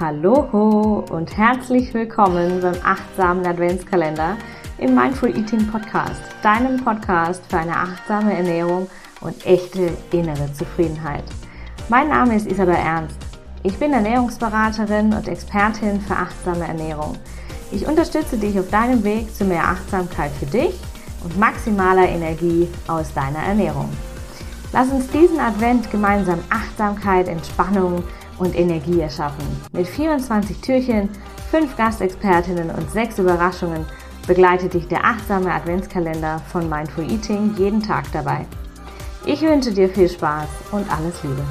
Hallo und herzlich willkommen beim achtsamen Adventskalender im Mindful Eating Podcast, deinem Podcast für eine achtsame Ernährung und echte innere Zufriedenheit. Mein Name ist Isabel Ernst. Ich bin Ernährungsberaterin und Expertin für achtsame Ernährung. Ich unterstütze dich auf deinem Weg zu mehr Achtsamkeit für dich und maximaler Energie aus deiner Ernährung. Lass uns diesen Advent gemeinsam Achtsamkeit, Entspannung und Energie erschaffen. Mit 24 Türchen, 5 Gastexpertinnen und 6 Überraschungen begleitet dich der achtsame Adventskalender von Mindful Eating jeden Tag dabei. Ich wünsche dir viel Spaß und alles Liebe.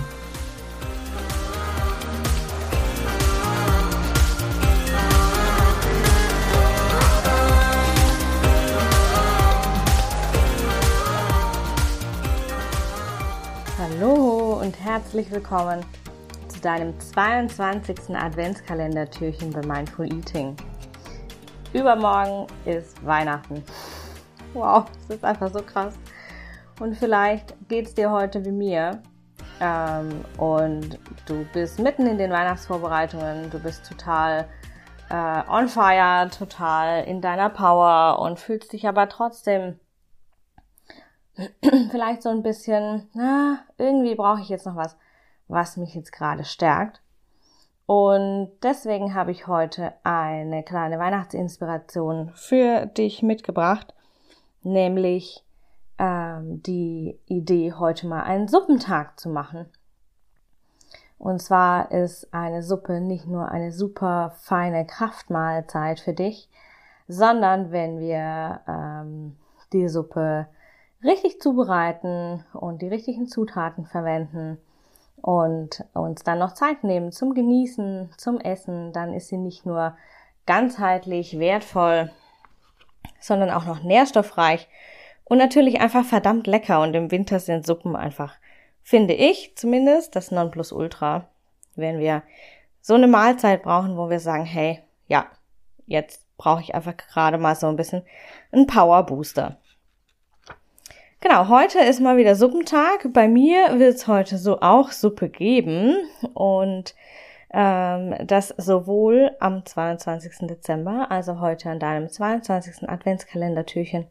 Hallo und herzlich willkommen zu deinem 22. Adventskalender-Türchen bei Mindful Eating. Übermorgen ist Weihnachten. Wow, das ist einfach so krass. Und vielleicht geht es dir heute wie mir und du bist mitten in den Weihnachtsvorbereitungen, du bist total on fire, total in deiner Power und fühlst dich aber trotzdem vielleicht so ein bisschen, irgendwie brauche ich jetzt noch was mich jetzt gerade stärkt. Und deswegen habe ich heute eine kleine Weihnachtsinspiration für dich mitgebracht, nämlich die Idee, heute mal einen Suppentag zu machen. Und zwar ist eine Suppe nicht nur eine super feine Kraftmahlzeit für dich, sondern wenn wir die Suppe richtig zubereiten und die richtigen Zutaten verwenden und uns dann noch Zeit nehmen zum Genießen, zum Essen, dann ist sie nicht nur ganzheitlich wertvoll, sondern auch noch nährstoffreich und natürlich einfach verdammt lecker. Und im Winter sind Suppen einfach, finde ich zumindest, das Nonplusultra, wenn wir so eine Mahlzeit brauchen, wo wir sagen, hey, ja, jetzt brauche ich einfach gerade mal so ein bisschen einen Power-Booster. Genau, heute ist mal wieder Suppentag. Bei mir wird es heute so auch Suppe geben und das sowohl am 22. Dezember, also heute an deinem 22. Adventskalendertürchen,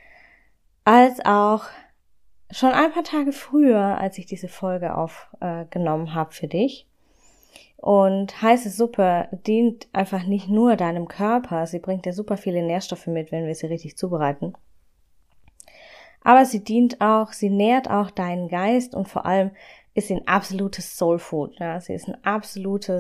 als auch schon ein paar Tage früher, als ich diese Folge aufgenommen habe für dich. Und heiße Suppe dient einfach nicht nur deinem Körper, sie bringt dir super viele Nährstoffe mit, wenn wir sie richtig zubereiten. Aber sie nährt auch deinen Geist und vor allem ist sie ein absolutes Soulfood. Ja, sie ist eine absolute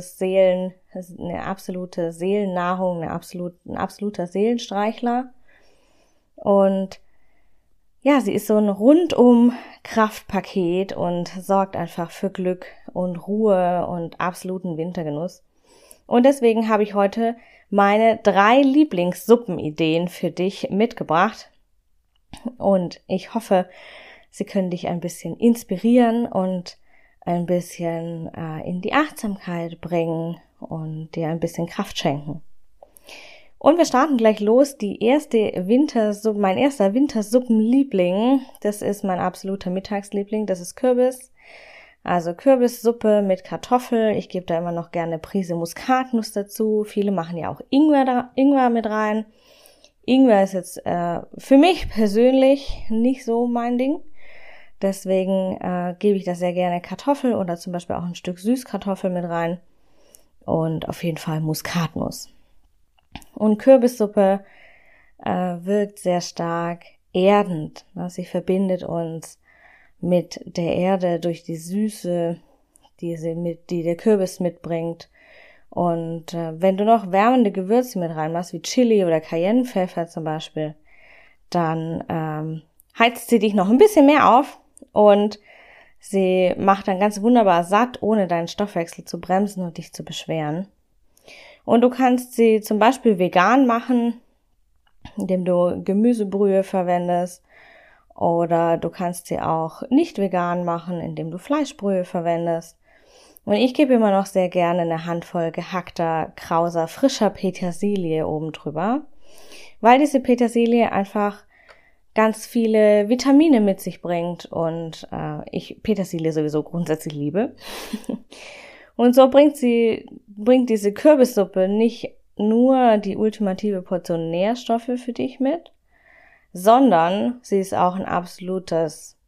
Seelennahrung, ein absoluter Seelenstreichler. Und ja, sie ist so ein rundum Kraftpaket und sorgt einfach für Glück und Ruhe und absoluten Wintergenuss. Und deswegen habe ich heute meine 3 Lieblingssuppenideen für dich mitgebracht. Und ich hoffe, sie können dich ein bisschen inspirieren und ein bisschen in die Achtsamkeit bringen und dir ein bisschen Kraft schenken. Und wir starten gleich los. Mein erster Wintersuppenliebling, das ist mein absoluter Mittagsliebling, das ist Kürbis. Also Kürbissuppe mit Kartoffel. Ich gebe da immer noch gerne eine Prise Muskatnuss dazu. Viele machen ja auch Ingwer mit rein. Ingwer ist jetzt für mich persönlich nicht so mein Ding. Deswegen gebe ich da sehr gerne Kartoffel oder zum Beispiel auch ein Stück Süßkartoffel mit rein. Und auf jeden Fall Muskatnuss. Und Kürbissuppe wirkt sehr stark erdend. Sie verbindet uns mit der Erde durch die Süße, die der Kürbis mitbringt. Und wenn du noch wärmende Gewürze mit reinmachst, wie Chili oder Cayennepfeffer zum Beispiel, dann heizt sie dich noch ein bisschen mehr auf und sie macht dann ganz wunderbar satt, ohne deinen Stoffwechsel zu bremsen und dich zu beschweren. Und du kannst sie zum Beispiel vegan machen, indem du Gemüsebrühe verwendest, oder du kannst sie auch nicht vegan machen, indem du Fleischbrühe verwendest. Und ich gebe immer noch sehr gerne eine Handvoll gehackter, krauser, frischer Petersilie oben drüber, weil diese Petersilie einfach ganz viele Vitamine mit sich bringt und ich Petersilie sowieso grundsätzlich liebe. Und so bringt diese Kürbissuppe nicht nur die ultimative Portion Nährstoffe für dich mit, sondern sie ist auch ein absolutes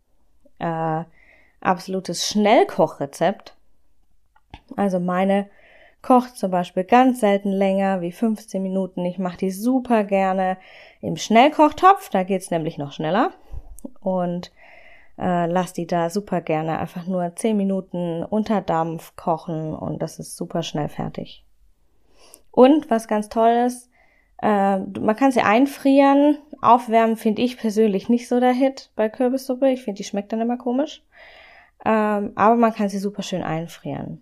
Schnellkochrezept. Also meine kocht zum Beispiel ganz selten länger wie 15 Minuten. Ich mache die super gerne im Schnellkochtopf, da geht's nämlich noch schneller. Und lass die da super gerne einfach nur 10 Minuten unter Dampf kochen und das ist super schnell fertig. Und was ganz toll ist, man kann sie einfrieren. Aufwärmen finde ich persönlich nicht so der Hit bei Kürbissuppe. Ich finde, die schmeckt dann immer komisch. Aber man kann sie super schön einfrieren.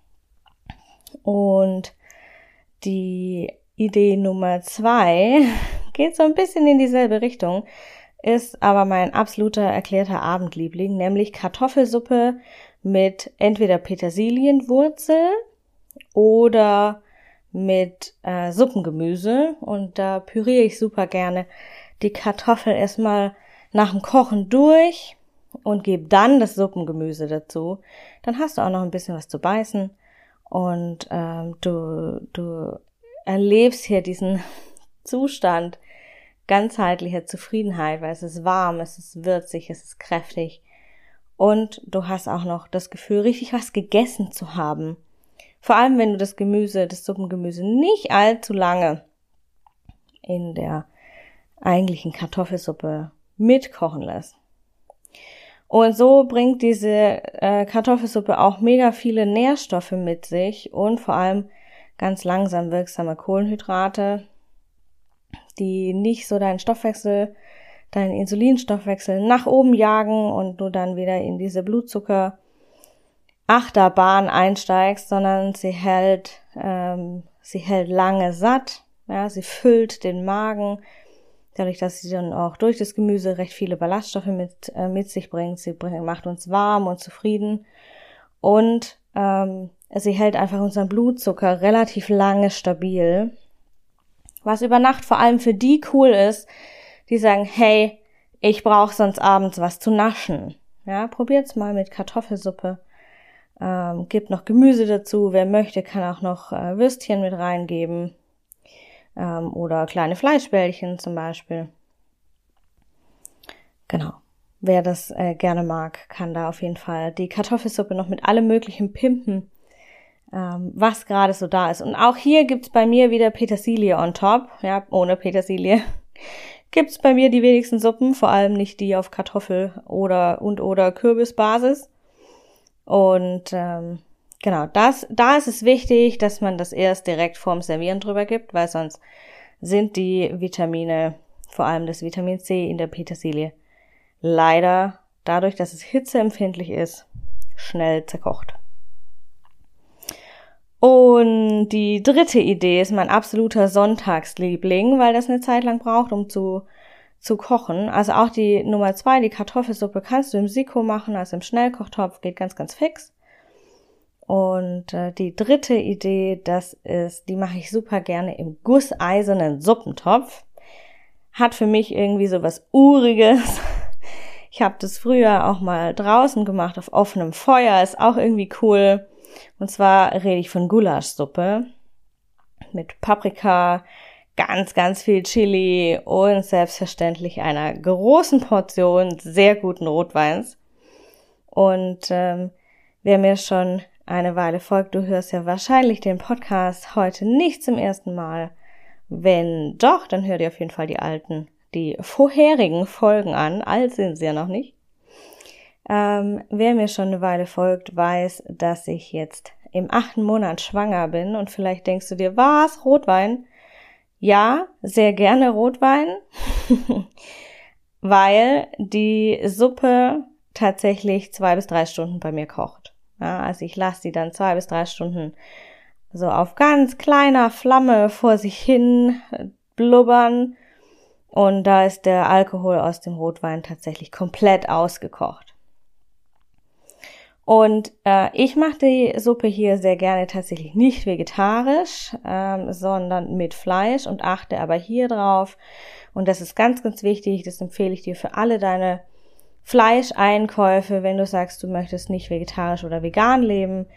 Und die Idee Nummer 2 geht so ein bisschen in dieselbe Richtung, ist aber mein absoluter erklärter Abendliebling, nämlich Kartoffelsuppe mit entweder Petersilienwurzel oder mit Suppengemüse. Und da püriere ich super gerne die Kartoffel erstmal nach dem Kochen durch und gebe dann das Suppengemüse dazu. Dann hast du auch noch ein bisschen was zu beißen und du erlebst hier diesen Zustand ganzheitlicher Zufriedenheit, weil es ist warm, es ist würzig, es ist kräftig und du hast auch noch das Gefühl, richtig was gegessen zu haben. Vor allem, wenn du das Suppengemüse nicht allzu lange in der eigentlichen Kartoffelsuppe mitkochen lässt. Und so bringt diese Kartoffelsuppe auch mega viele Nährstoffe mit sich und vor allem ganz langsam wirksame Kohlenhydrate, die nicht so deinen Insulinstoffwechsel nach oben jagen und du dann wieder in diese Blutzucker-Achterbahn einsteigst, sondern sie hält lange satt, ja, sie füllt den Magen, dadurch, dass sie dann auch durch das Gemüse recht viele Ballaststoffe mit sich bringt. Macht uns warm und zufrieden und sie hält einfach unseren Blutzucker relativ lange stabil. Was über Nacht vor allem für die cool ist, die sagen, hey, ich brauche sonst abends was zu naschen. Ja, probiert's mal mit Kartoffelsuppe. Gebt noch Gemüse dazu. Wer möchte, kann auch noch Würstchen mit reingeben. Oder kleine Fleischbällchen zum Beispiel. Genau. Wer das gerne mag, kann da auf jeden Fall die Kartoffelsuppe noch mit allem Möglichen pimpen, was gerade so da ist. Und auch hier gibt's bei mir wieder Petersilie on top. Ja, ohne Petersilie gibt's bei mir die wenigsten Suppen, vor allem nicht die auf Kartoffel oder Kürbisbasis. Und genau, da ist es wichtig, dass man das erst direkt vorm Servieren drüber gibt, weil sonst sind die Vitamine, vor allem das Vitamin C in der Petersilie, leider dadurch, dass es hitzeempfindlich ist, schnell zerkocht. Und die dritte Idee ist mein absoluter Sonntagsliebling, weil das eine Zeit lang braucht, um zu kochen. Also auch die Nummer 2, die Kartoffelsuppe, kannst du im Siko machen, also im Schnellkochtopf, geht ganz, ganz fix. Und die dritte Idee, die mache ich super gerne im gusseisernen Suppentopf. Hat für mich irgendwie so was Uriges. Ich habe das früher auch mal draußen gemacht, auf offenem Feuer, ist auch irgendwie cool. Und zwar rede ich von Gulaschsuppe mit Paprika, ganz, ganz viel Chili und selbstverständlich einer großen Portion sehr guten Rotweins. Und wer mir schon eine Weile folgt, du hörst ja wahrscheinlich den Podcast heute nicht zum ersten Mal. Wenn doch, dann hör dir auf jeden Fall die vorherigen Folgen an. Alt sind sie ja noch nicht. Wer mir schon eine Weile folgt, weiß, dass ich jetzt im 8. Monat schwanger bin und vielleicht denkst du dir, was, Rotwein? Ja, sehr gerne Rotwein, weil die Suppe tatsächlich 2 bis 3 Stunden bei mir kocht. Ja, also ich lasse die dann 2 bis 3 Stunden so auf ganz kleiner Flamme vor sich hin blubbern und da ist der Alkohol aus dem Rotwein tatsächlich komplett ausgekocht. Und ich mache die Suppe hier sehr gerne tatsächlich nicht vegetarisch, sondern mit Fleisch und achte aber hier drauf. Und das ist ganz, ganz wichtig, das empfehle ich dir für alle deine Fleischeinkäufe, wenn du sagst, du möchtest nicht vegetarisch oder vegan leben,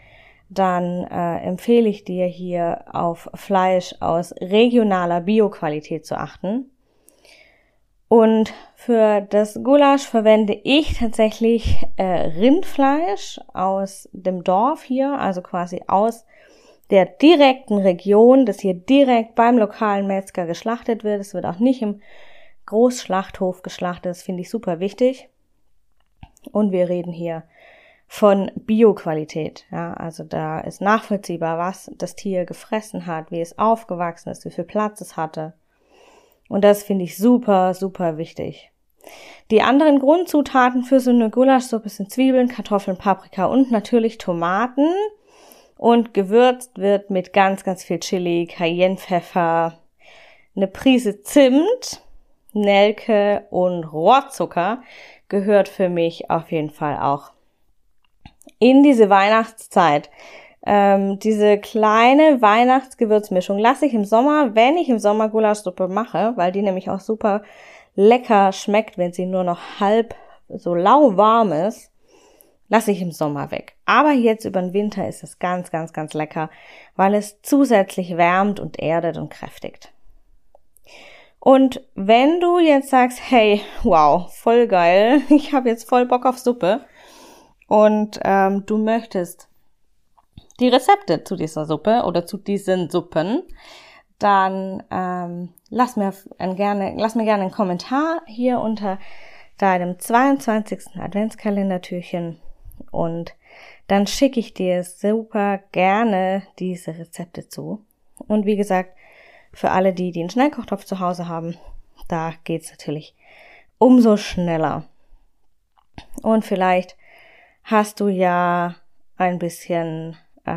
dann empfehle ich dir hier auf Fleisch aus regionaler Bioqualität zu achten. Und für das Gulasch verwende ich tatsächlich Rindfleisch aus dem Dorf hier, also quasi aus der direkten Region, das hier direkt beim lokalen Metzger geschlachtet wird. Es wird auch nicht im Großschlachthof geschlachtet, das finde ich super wichtig. Und wir reden hier von Bioqualität. Ja, also da ist nachvollziehbar, was das Tier gefressen hat, wie es aufgewachsen ist, wie viel Platz es hatte. Und das finde ich super, super wichtig. Die anderen Grundzutaten für so eine Gulaschsuppe sind Zwiebeln, Kartoffeln, Paprika und natürlich Tomaten. Und gewürzt wird mit ganz, ganz viel Chili, Cayennepfeffer, eine Prise Zimt, Nelke und Rohrzucker gehört für mich auf jeden Fall auch in diese Weihnachtszeit. Diese kleine Weihnachtsgewürzmischung lasse ich im Sommer, wenn ich im Sommer Gulaschsuppe mache, weil die nämlich auch super lecker schmeckt, wenn sie nur noch halb so lauwarm ist, lasse ich im Sommer weg. Aber jetzt über den Winter ist es ganz, ganz, ganz lecker, weil es zusätzlich wärmt und erdet und kräftigt. Und wenn du jetzt sagst, hey, wow, voll geil, ich habe jetzt voll Bock auf Suppe und du möchtest die Rezepte zu dieser Suppe oder zu diesen Suppen, dann lass mir gerne einen Kommentar hier unter deinem 22. Adventskalendertürchen und dann schicke ich dir super gerne diese Rezepte zu. Und wie gesagt, für alle die einen Schnellkochtopf zu Hause haben, da geht's natürlich umso schneller. Und vielleicht hast du ja ein bisschen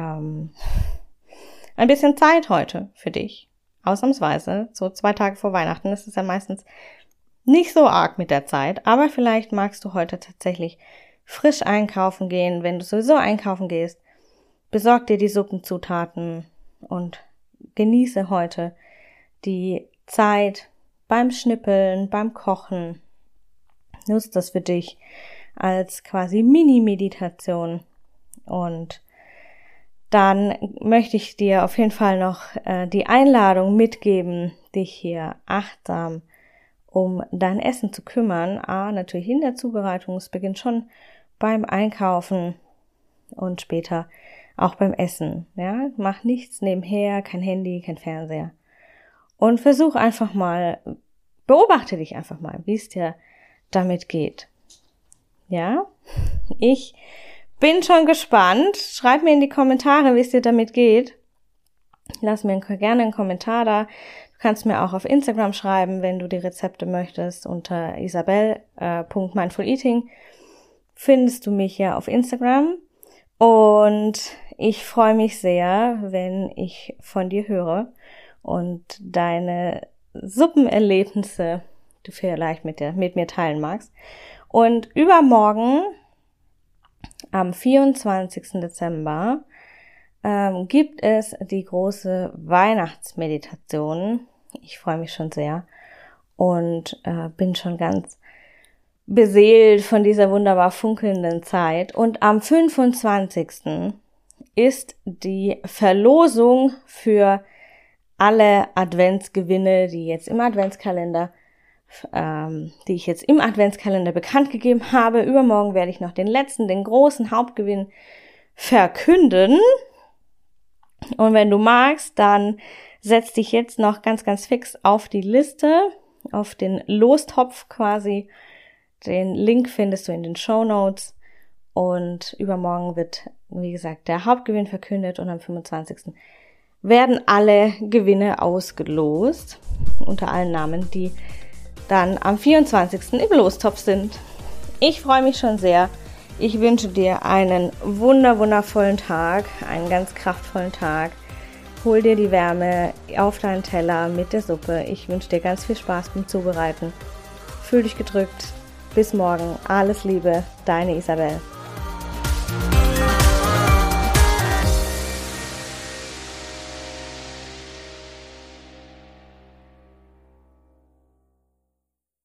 Zeit heute für dich. Ausnahmsweise, so 2 Tage vor Weihnachten ist es ja meistens nicht so arg mit der Zeit, aber vielleicht magst du heute tatsächlich frisch einkaufen gehen. Wenn du sowieso einkaufen gehst, besorg dir die Suppenzutaten und genieße heute die Zeit beim Schnippeln, beim Kochen. Nutz das für dich als quasi Mini-Meditation. Und dann möchte ich dir auf jeden Fall noch die Einladung mitgeben, dich hier achtsam um dein Essen zu kümmern. Natürlich in der Zubereitung, es beginnt schon beim Einkaufen und später auch beim Essen. Ja, mach nichts nebenher, kein Handy, kein Fernseher. Und versuch einfach mal, beobachte dich einfach mal, wie es dir damit geht. Ja, ich bin schon gespannt. Schreib mir in die Kommentare, wie es dir damit geht. Lass mir gerne einen Kommentar da. Du kannst mir auch auf Instagram schreiben, wenn du die Rezepte möchtest. Unter isabel.mindfuleating findest du mich ja auf Instagram. Und ich freue mich sehr, wenn ich von dir höre und deine Suppenerlebnisse du vielleicht mit mir teilen magst. Und übermorgen, am 24. Dezember, gibt es die große Weihnachtsmeditation. Ich freue mich schon sehr und bin schon ganz beseelt von dieser wunderbar funkelnden Zeit. Und am 25. ist die Verlosung für alle Adventsgewinne, die ich jetzt im Adventskalender bekannt gegeben habe. Übermorgen werde ich noch den großen Hauptgewinn verkünden. Und wenn du magst, dann setz dich jetzt noch ganz, ganz fix auf die Liste, auf den Lostopf quasi. Den Link findest du in den Shownotes. Und übermorgen wird, wie gesagt, der Hauptgewinn verkündet und am 25. werden alle Gewinne ausgelost, unter allen Namen, die dann am 24. im Lostopf sind. Ich freue mich schon sehr. Ich wünsche dir einen wundervollen Tag, einen ganz kraftvollen Tag. Hol dir die Wärme auf deinen Teller mit der Suppe. Ich wünsche dir ganz viel Spaß beim Zubereiten. Fühl dich gedrückt. Bis morgen. Alles Liebe, deine Isabel.